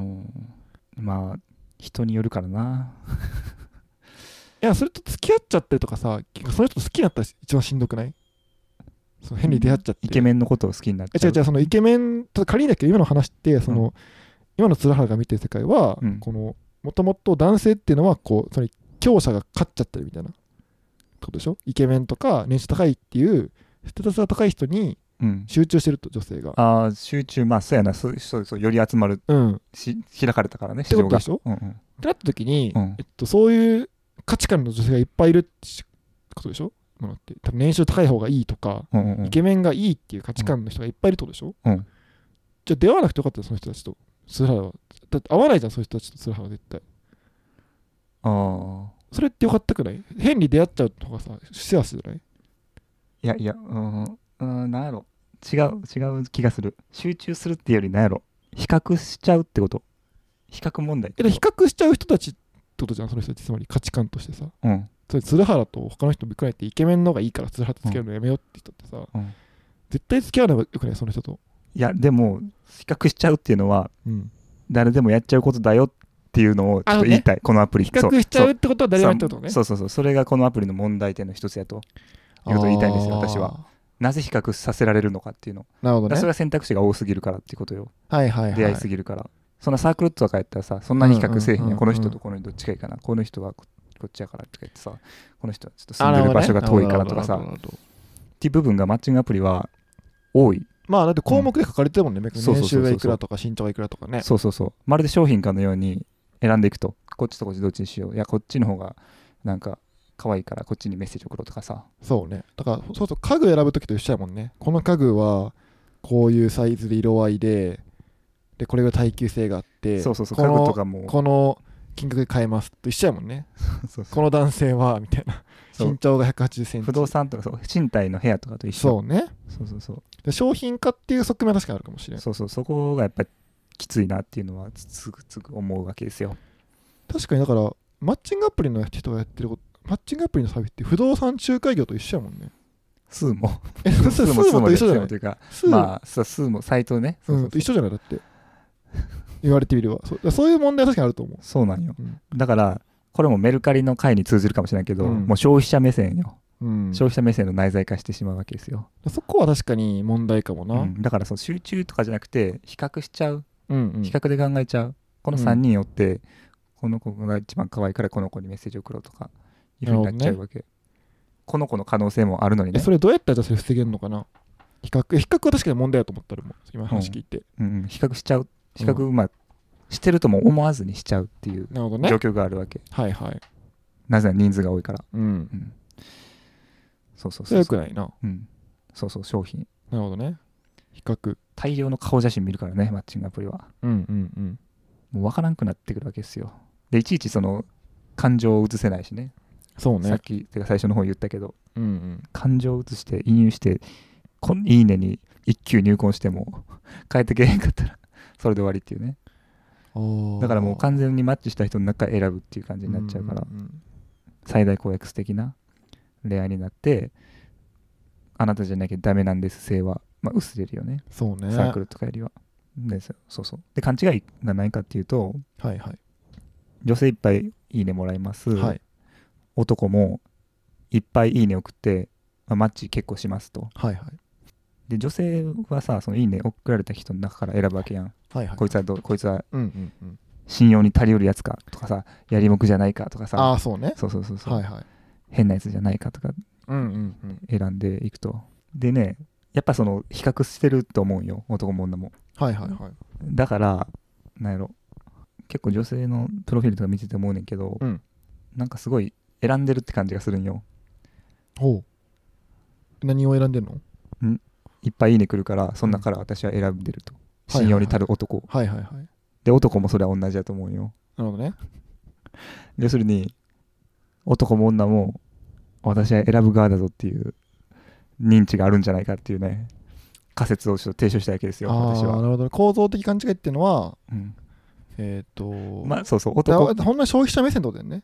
まあ人によるからな。 いやそれと付き合っちゃってるとかさ、その人好きになったら一番しんどくない？その変に出会っちゃって、 イケメンのことを好きになっちゃう。 違う違う、そのイケメンと仮にだけど今の話ってその、うん、今の鶴原が見てる世界は、うん、このもともと男性っていうのはこうその強者が勝っちゃってるみたいなことでしょ。イケメンとか年収高いっていうステータスが高い人に集中してると、女性が、うん、 ああ集中、まあそうやな、そうそうそう、より集まる、うん、し開かれたからね、 市場がってことでしょ、うんうん、ってなった時に、うんえっと、そういう価値観の女性がいっぱいいるってことでしょ。ものって多分年収高い方がいいとか、うんうんうん、イケメンがいいっていう価値観の人がいっぱいいるってことでしょ、うん、じゃあ出会わなくてよかったよ、その人たちと。鶴原はだって会わないじゃん、そういう人たちと鶴原は絶対。ああそれってよかったくない？変に出会っちゃう方がさ幸せじゃない？ いやいや、うん、うん、なんやろ、違う違う気がする。集中するっていうよりなんやろ、比較しちゃうってこと。比較問題ってこと。 比較しちゃう人たちってことじゃん、その人たち。つまり価値観としてさ、うん、それ鶴原と他の人比べてイケメンの方がいいから鶴原と付き合うのやめようって人ってさ、うん、絶対付き合うのがよくない？その人と。 いやでも比較しちゃうっていうのは、うん、誰でもやっちゃうことだよっていうのをちょっと言いたい、ね、このアプリ。 比較しちゃうってことは誰でもやっちゃうってことね。 そうそうそう、それがこのアプリの問題点の一つやということを言いたいんですよ、私は。なぜ比較させられるのかっていうの。 なるほどね。 それは選択肢が多すぎるからっていうことよ。 はいはいはい。 出会いすぎるから。そんなサークルとかやったらさ、そんなに比較せえへんやん。この人とこの人どっちがいいかな。この人はこっちやからとか言ってさ、この人はちょっと住んでる場所が遠いからとかさ、っていう部分がマッチングアプリは多い。 まあだって項目で書かれてるもんね。年収がいくらとか身長がいくらとかね。 そうそうそう。まるで商品かのように選んでいくと、こっちとこっちどっちにしよう。いやこっちの方がなんか可愛いからこっちにメッセージ送ろうとかさ。 そうね。だからそうそう、家具選ぶときと一緒やもんね。この家具はこういうサイズで色合いで、でこれが耐久性があって、 そうそうそう、家具とかもこの金額で買えますと一緒やもんね。そうそう、この男性はみたいな。身長がひゃくはちじゅっセンチ。 不動産とかそう身体の部屋とかと一緒。 そうね。 そうそうそう。 で商品化っていう側面は確かにあるかもしれない。 そうそう、そこがやっぱりきついなっていうのはつくつく思うわけですよ。 確かにだからマッチングアプリの人がやってること、マッチングアプリのサービスって不動産仲介業と一緒やもんね。 スーモ。 え、スーモと一緒じゃない？ というか、まあ、スーモ、サイトね。 そうそうそう、うん、一緒じゃないだって。言われてみれば。そう、そういう問題は確かにあると思う。 そうなんよ。うん、だから、これもメルカリの回に通じるかもしれないけど、うん、もう消費者目線よ。うん、消費者目線の内在化してしまうわけですよ。 そこは確かに問題かもな。 うん、だからその集中とかじゃなくて、比較しちゃう。うんうん、比較で考えちゃう。このさんにんよって、うん、この子が一番可愛いからこの子にメッセージを送ろうとかいう風になっちゃうわけ、ね、この子の可能性もあるのにね。 それどうやったらそれ防げるのかな。比較比較は確かに問題だと思ったらもう今話聞いて、 うんうん、比較しちゃう、比較、うん、まあしてるとも思わずにしちゃうっていう状況があるわけ、ね、 はいはい。 なぜなら人数が多いから、うんうん、そうそうそうそう、 よくないな、 うん、そうそう、商品、 なるほどね。比較、 大量の顔写真見るからね、マッチングアプリは、うんうんうん、もう分からんくなってくるわけですよ。でいちいちその感情を映せないしね。 そうね。 さっきてか最初の方言ったけど、うんうん、感情を映して移入してこいいねに一級入魂しても変えてけへんかったらそれで終わりっていうね。だからもう完全にマッチした人の中選ぶっていう感じになっちゃうから、うんうんうん、最大公約数的な恋愛になって、あなたじゃなきゃダメなんです性は、まあ、薄れるよね。 そうね。 サークルとかよりは。でそうそう。で勘違いがないかっていうと、 はいはい、 女性いっぱいいいねもらいます、はい、男もいっぱいいいね送って、まあ、マッチ結構しますと、はいはい、で女性はさ、そのいいね送られた人の中から選ぶわけやん、はいはい、こいつはどこいつは信用に足りうるやつかとかさ、やりもくじゃないかとかさ、 ああそうね、 そうそうそうそう、はいはい、変なやつじゃないかとか選んでいくと、うんうんうん、でね、やっぱその比較してると思うよ、男も女も、はいはいはい、だからなんやろ、結構女性のプロフィールとか見てて思うねんけど、うん、なんかすごい選んでるって感じがするんよ。 ほう、何を選んでんの？ んいっぱいいいね来るから、その中から私は選んでると、うん、信用に足る男、はいはいはい、で男もそれは同じだと思うよ。 なるほどね。 要するに男も女も私は選ぶ側だぞっていう認知があるんじゃないかっていうね、仮説をちょっと提唱したわけですよ、私は。 なるほど、ね、構造的勘違いっていうのは、うん、えっ、ー、とまあそうそう、男ほんの消費者目線ってことだよね。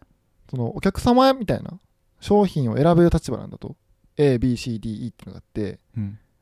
そのお客様みたいな商品を選ぶ立場なんだと A、B、C、D、E っていうのがあって、うん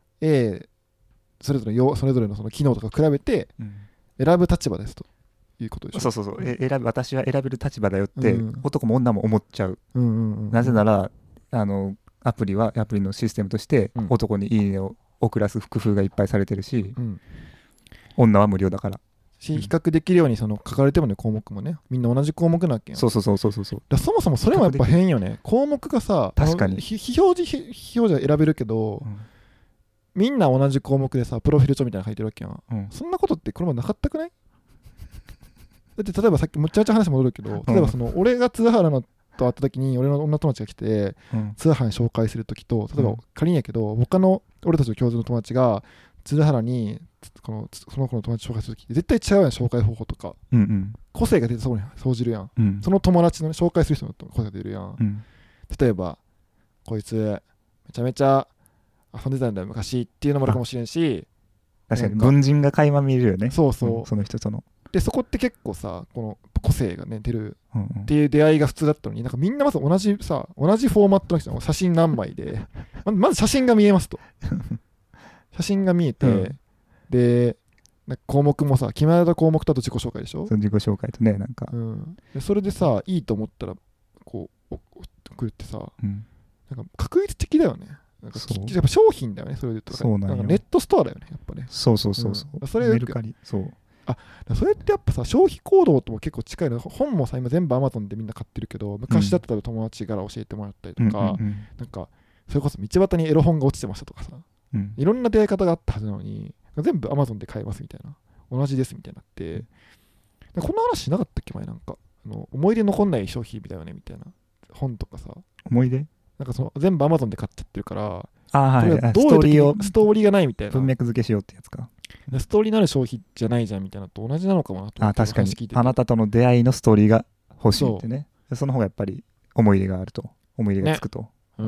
、A それぞれのそれぞれのその機能とか比べて選ぶ立場ですということでしょ。 そうそうそうえ選ぶ私は選べる立場だよって、うん、男も女も思っちゃう、うんうんうん、なぜならあのアプリはアプリのシステムとして男にいいねを送らす工夫がいっぱいされてるし、うん、女は無料だからし比較できるようにその書かれてもね項目もねみんな同じ項目なわけよ。 そうそうそうそうそうだそもそもそれもやっぱ変よね。項目がさ確かに非表示非表示は選べるけど、うん、みんな同じ項目でさプロフィール帳みたいなの書いてるわけよ、うん、そんなことってこれもなかったくない？だって例えばさっきむっちゃくちゃ話戻るけど、例えばその俺が津原のと会った時に俺の女友達が来て、うん、津原に紹介する時と例えば仮にやけど、うん、他の俺たちの共通の友達が津原にこのその子の友達紹介する時絶対違うやん紹介方法とか、うんうん、個性が出てそうに生じるやん、うん、その友達の、ね、紹介する人の個性が出るやん、うん、例えばこいつめちゃめちゃ遊んでたんだよ昔っていうのもあるかもしれんし、 確かに文人が垣間見るよね。 そうそう、 うん、その人とのでそこって結構さこの個性がね出るっていう出会いが普通だったのに、なんかみんなまず同じさ同じフォーマットの人の写真何枚でまず写真が見えますと写真が見えて、うん、でなんか項目もさ決められた項目だと自己紹介でしょ。 その自己紹介とねなんか、 うん、でそれでさいいと思ったらこう送ってさ、うん、なんか確率的だよね。なんかやっぱ商品だよねそれで言うと。 そうなんよ。 なんかネットストアだよねやっぱね。 そうそうそうそう、うん、 それメルカリそうあそれってやっぱさ消費行動とも結構近いの。本もさ今全部 Amazon でみんな買ってるけど昔だったら友達から教えてもらったりとか、うんうんうん、なんかそれこそ道端にエロ本が落ちてましたとかさ、うん、いろんな出会い方があったはずなのに全部 Amazon で買えますみたいな同じですみたいになって、こんな話しなかったっけ前なんかあの思い出残んない商品みたいなねみたいな本とかさ。 思い出なんかその全部 Amazon で買っちゃってるからあ、はい、どういうストーリーをストーリーがないみたいな文脈付けしようってやつか。 ストーリーのある消費じゃないじゃんみたいなのと同じなのかもなと思って。 あ確かにあなたとの出会いのストーリーが欲しいってね。 そ, その方がやっぱり思い入れがあると思い入れがつくと、ね、 うん、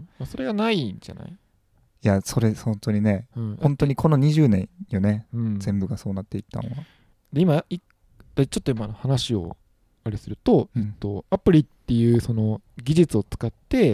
うん、それがないんじゃない？ いやそれ本当にね、うん、本当にこのにじゅうねんよね、うん、全部がそうなっていったのは。 で今いちょっと今の話をあれすると、うんえっと、アプリっていうその技術を使って、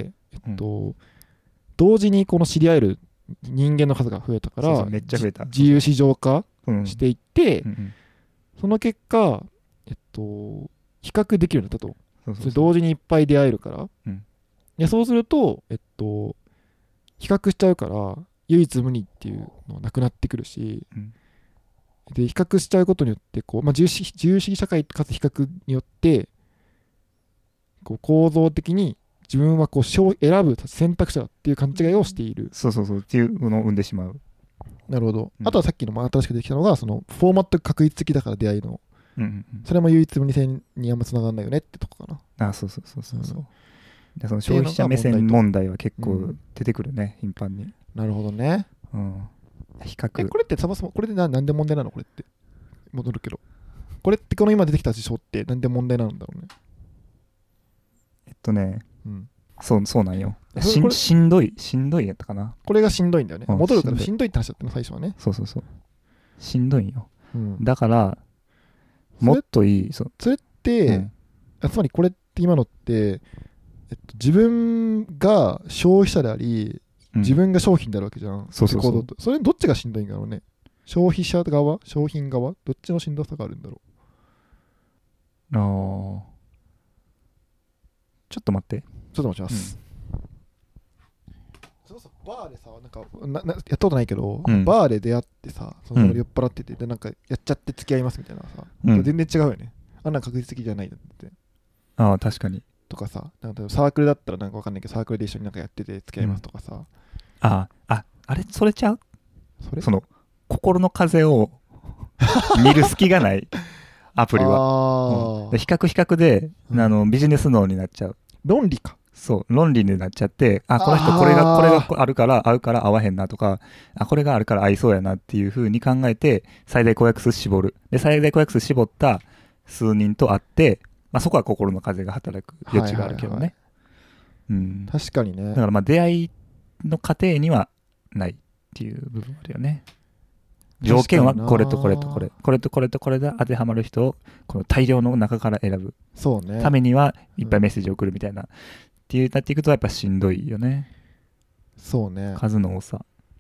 えっとうん、同時にこの知り合える人間の数が増えたから、 そうそうめっちゃ増えた。 自由市場化していって、うんうん、その結果、えっと、比較できるようになったと。そうそうそうそれ同時にいっぱい出会えるから、うん、でそうすると、えっと、比較しちゃうから唯一無二っていうのはなくなってくるし、うん、で比較しちゃうことによってこう、まあ、自由主義、自由主義社会かつ比較によってこう構造的に自分はこう選ぶ選択肢だっていう勘違いをしている。 そうそうそうっていうのを生んでしまう。 なるほど、うん、あとはさっきの新しくできたのがそのフォーマット確率的だから出会いの、うんうんうん、それも唯一無二性にあんまつながらないよねってとこかな。 あそうそうそうそうそう、うん、でその消費者目線問題は結構出てくるね、うん、頻繁に。 なるほどね、 うん、比較えこれってそもそもこれでななんで問題なのこれって戻るけどこれってこの今出てきた事象ってなんで問題なんだろうね。 えっとね、うん、そうそうなんよ。しんしんどいしんどいやったかな。 これがしんどいんだよね。戻るからしんどいって話だったの最初はね。 そうそうそうしんどいんよ、うん、だからもっといいそ, それって、うん、つまりこれって今のって、えっと、自分が消費者であり、うん、自分が商品であるわけじゃん。 そうそうそう。 それどっちがしんどいんだろうね。消費者側商品側どっちのしんどさがあるんだろう。ああちょっと待ってちょっと待ちます、うん、それこそバーでさなんかななやったことないけど、うん、バーで出会ってさその酔っ払ってて、うん、でなんかやっちゃって付き合いますみたいなさ、うん、全然違うよね。あんな確率的じゃないんだって。 ああ確かに。 とかさなんかサークルだったらなんかわかんないけどサークルで一緒になんかやってて付き合いますとかさ、うん、 あああれそれちゃうそれその心の風を見る隙がないアプリは、うん、で比較比較で、うん、あのビジネス脳になっちゃう。 論理か。 そう論理になっちゃって、あこの人これがこれがあるから合うから合わへんなとか、あこれがあるから合いそうやなっていう風に考えて最大公約数絞る。で最大公約数絞った数人と会って、まあ、そこは心の風が働く余地があるけどね、はいはいはい、うん、 確かにね。 だからまあ出会いの過程にはないっていう部分あるよね。 条件はこれとこれとこれこれとこれとこれで当てはまる人をこの大量の中から選ぶそうねためにはいっぱいメッセージを送るみたいな、うん、っていうなっていくとやっぱしんどいよね。 そうね、 数の多さ。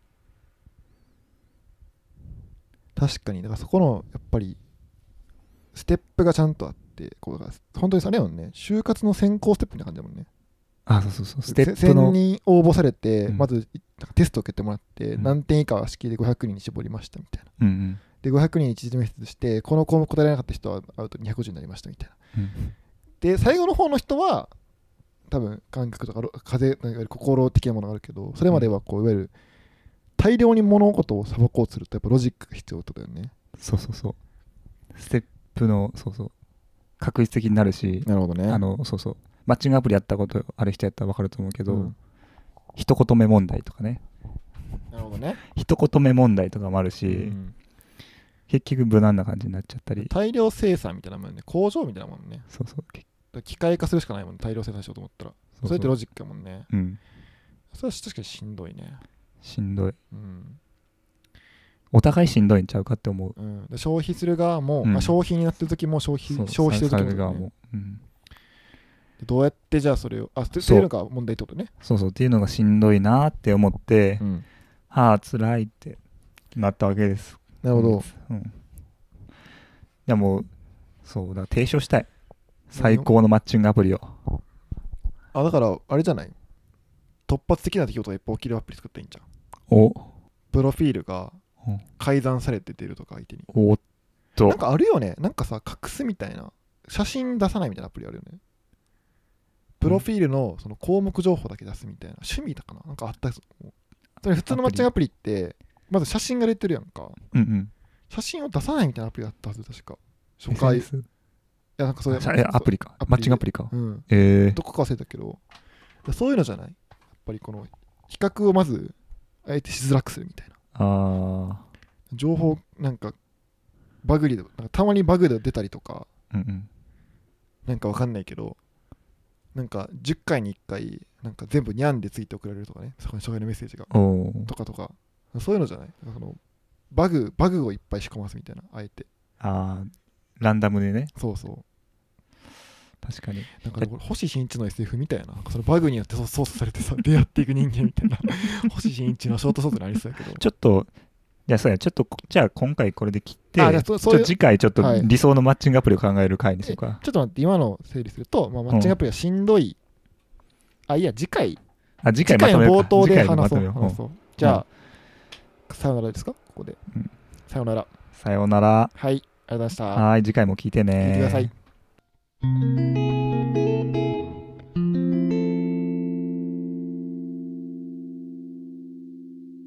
確かにだからそこのやっぱりステップがちゃんとあってこう本当にあれよね、就活の選考ステップみたいな感じだもんね。 あ、そうそうそう、ステップのせんにん応募されて、 うん、 まずテストを受けてもらって、 うん、 何点以下は式でごひゃくにんに絞りましたみたいな、 うんうん、 でごひゃくにんに一時面接してこの項目答えられなかった人はアウトにひゃくごじゅうになりましたみたいな、うん、で最後の方の人は多分感覚とか風心的なものがあるけど、それまではこういわゆる大量に物事をさばこうとするとやっぱロジックが必要ってことだよね。 そうそうそう、ステップのそうそう確率的になるし、 なるほどね、 あのそうそうマッチングアプリやったことある人やったら分かると思うけど、うん、一言目問題とかね、 なるほどね、 一言目問題とかもあるし、うん、結局無難な感じになっちゃったり、 大量生産みたいなもんね、工場みたいなもんね。 そうそう、 機械化するしかないもんね、大量生産しようと思ったら。そうそう、それってロジックやもんね。うん、それは確かにしんどいね。 しんどい、うん、お互いしんどいんちゃうかって思う、 うん、消費する側も、うん、まあ、消費になってる時も消費、消費する時も、ね、側も、うん、どうやってじゃあそれをあっていうのが問題ってことね。 そうそうっていうのがしんどいなって思って、うん、はあ辛いってなったわけです。 なるほど、 うん、いやもうそうだ提唱したい最高のマッチングアプリを。 あだからあれじゃない、突発的な出来事がいっぱい起きるアプリ作ったらいいんじゃん。 おプロフィールが改ざんされて出るとか相手に。 おっとなんかあるよね、なんかさ隠すみたいな、写真出さないみたいなアプリあるよね。プロフィールのその項目情報だけ出すみたいな、趣味だかな、なんかあったそれ普通のマッチングアプリってまず写真が出てるやんか、うんうん、写真を出さないみたいなアプリがあったはず、確か初回。いやなんかそれアプリか、マッチングアプリか、 うん、えー、どこか忘れたけど、そういうのじゃない、やっぱりこの比較をまずあえてしづらくするみたいな。あ情報なんかバグリでなんかたまにバグで出たりとか、うんうん、なんかわかんないけど、なんかじゅっかいにいっかいなんか全部ニャンでついて送られるとかね、そこに初回のメッセージがとかとか、そういうのじゃない、そのバグバグをいっぱい仕込ますみたいな、あえて。 ああランダムでね。 そうそう、 確かになんかこれ星新一の エスエフ みたいな、なんかそのバグによって操作されてさ出会っていく人間みたいな星新一のショートソートになりそうやけど、 ちょっとじゃあそうやちょっとじゃあ今回これで切って、あちょっと次回ちょっと理想のマッチングアプリを考える回にしようか、はい、 ちょっと待って今の整理すると、まあ、マッチングアプリがしんどい、うん、あいや次回あ次回まとめるか、 次回の冒頭で話そう、 話そう、じゃあ、うん、さよならですかここで、うん、さよならさよなら、 はい、ありがとうございました。 はい、次回も聞いてね、 聞いてください。